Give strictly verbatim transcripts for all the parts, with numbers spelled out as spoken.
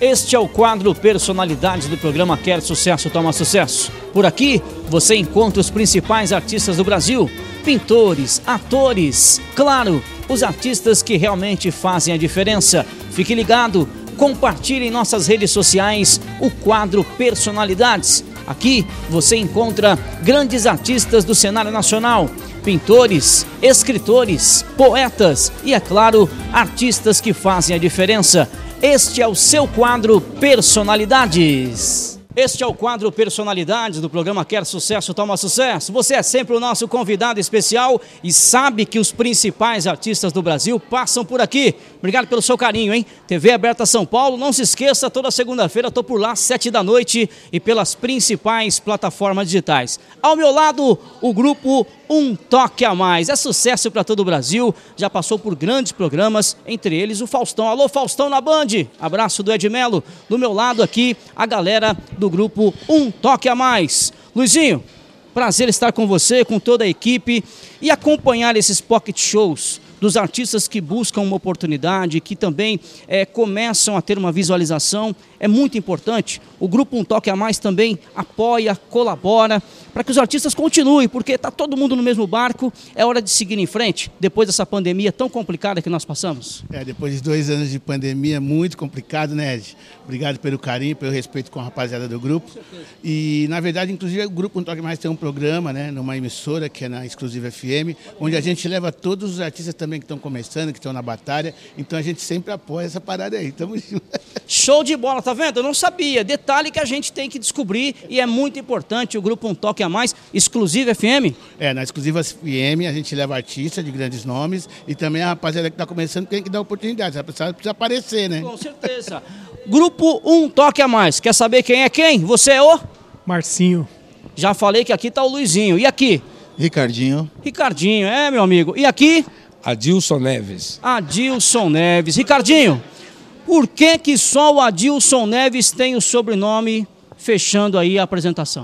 Este é o quadro Personalidades do programa Quer Sucesso, Toma Sucesso. Por aqui, você encontra os principais artistas do Brasil, pintores, atores, claro, os artistas que realmente fazem a diferença. Fique ligado, compartilhe em nossas redes sociais o quadro Personalidades. Aqui você encontra grandes artistas do cenário nacional, pintores, escritores, poetas e, é claro, artistas que fazem a diferença. Este é o seu quadro Personalidades. Este é o quadro Personalidades do programa Quer Sucesso, Toma Sucesso. Você é sempre o nosso convidado especial e sabe que os principais artistas do Brasil passam por aqui. Obrigado pelo seu carinho, hein? T V Aberta São Paulo, não se esqueça, toda segunda-feira estou por lá, sete da noite e pelas principais plataformas digitais. Ao meu lado, o grupo Um Toque a Mais. É sucesso para todo o Brasil, já passou por grandes programas, entre eles o Faustão. Alô, Faustão na Band, abraço do Ed Melo. Do meu lado aqui, a galera do grupo Um Toque a Mais. Luizinho, prazer estar com você, com toda a equipe e acompanhar esses pocket shows dos artistas que buscam uma oportunidade, que também é, começam a ter uma visualização, é muito importante. O Grupo Um Toque a Mais também apoia, colabora, para que os artistas continuem, porque está todo mundo no mesmo barco, é hora de seguir em frente, depois dessa pandemia tão complicada que nós passamos. É, depois de dois anos de pandemia, muito complicado, né, Ed? Obrigado pelo carinho, pelo respeito com a rapaziada do grupo. E, na verdade, inclusive, o Grupo Um Toque a Mais tem um programa, né, numa emissora, que é na Exclusiva F M, onde a gente leva todos os artistas também que estão começando, que estão na batalha, então a gente sempre apoia essa parada aí, tamo junto. Show de bola, tá vendo? Eu não sabia, detalhe que a gente tem que descobrir e é muito importante, o Grupo Um Toque a Mais, Exclusiva F M. É, na Exclusiva F M a gente leva artistas de grandes nomes e também a rapaziada que está começando tem que dar oportunidade, ela precisa, precisa aparecer, né? Com certeza. Grupo Um Toque a Mais, quer saber quem é quem? Você é o? Marcinho. Já falei que aqui tá o Luizinho, e aqui? Ricardinho. Ricardinho, é, meu amigo. E aqui? Adilson Neves. Adilson Neves. Ricardinho, por que que só o Adilson Neves tem o sobrenome fechando aí a apresentação?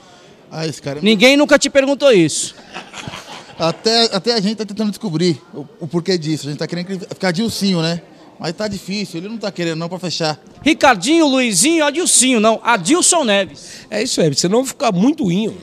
Ah, esse cara... Ninguém nunca te perguntou isso. Até, até a gente tá tentando descobrir o, o porquê disso. A gente tá querendo ficar Adilcinho, né? Mas tá difícil, ele não tá querendo não pra fechar. Ricardinho, Luizinho, Adilcinho, não. Adilson Neves. É isso aí, senão ficar muito inho.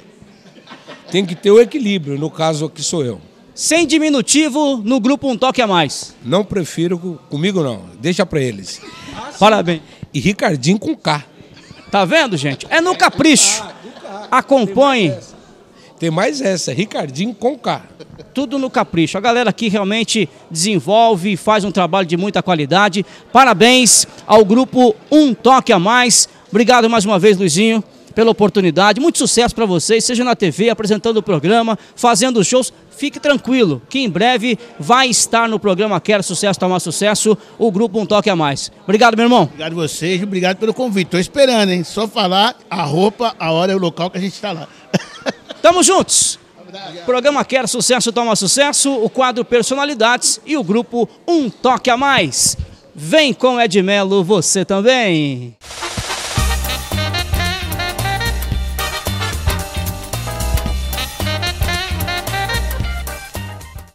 Tem que ter o equilíbrio, no caso aqui sou eu. Sem diminutivo no Grupo Um Toque a Mais. Não prefiro, comigo não, deixa pra eles. Parabéns. E Ricardinho com K. Tá vendo, gente? É no capricho. Acompanhe. Tem mais essa, Ricardinho com K. Tudo no capricho. A galera aqui realmente desenvolve e faz um trabalho de muita qualidade. Parabéns ao Grupo Um Toque a Mais. Obrigado mais uma vez, Luizinho, pela oportunidade. Muito sucesso para vocês, seja na T V, apresentando o programa, fazendo shows. Fique tranquilo, que em breve vai estar no programa Quer Sucesso, Tomar Sucesso, o Grupo Um Toque a Mais. Obrigado, meu irmão. Obrigado a vocês, obrigado pelo convite. Tô esperando, hein? Só falar a roupa, a hora e o local que a gente está lá. Tamo juntos. Programa Quer Sucesso, Toma Sucesso, o quadro Personalidades e o Grupo Um Toque a Mais. Vem com Ed Melo, você também.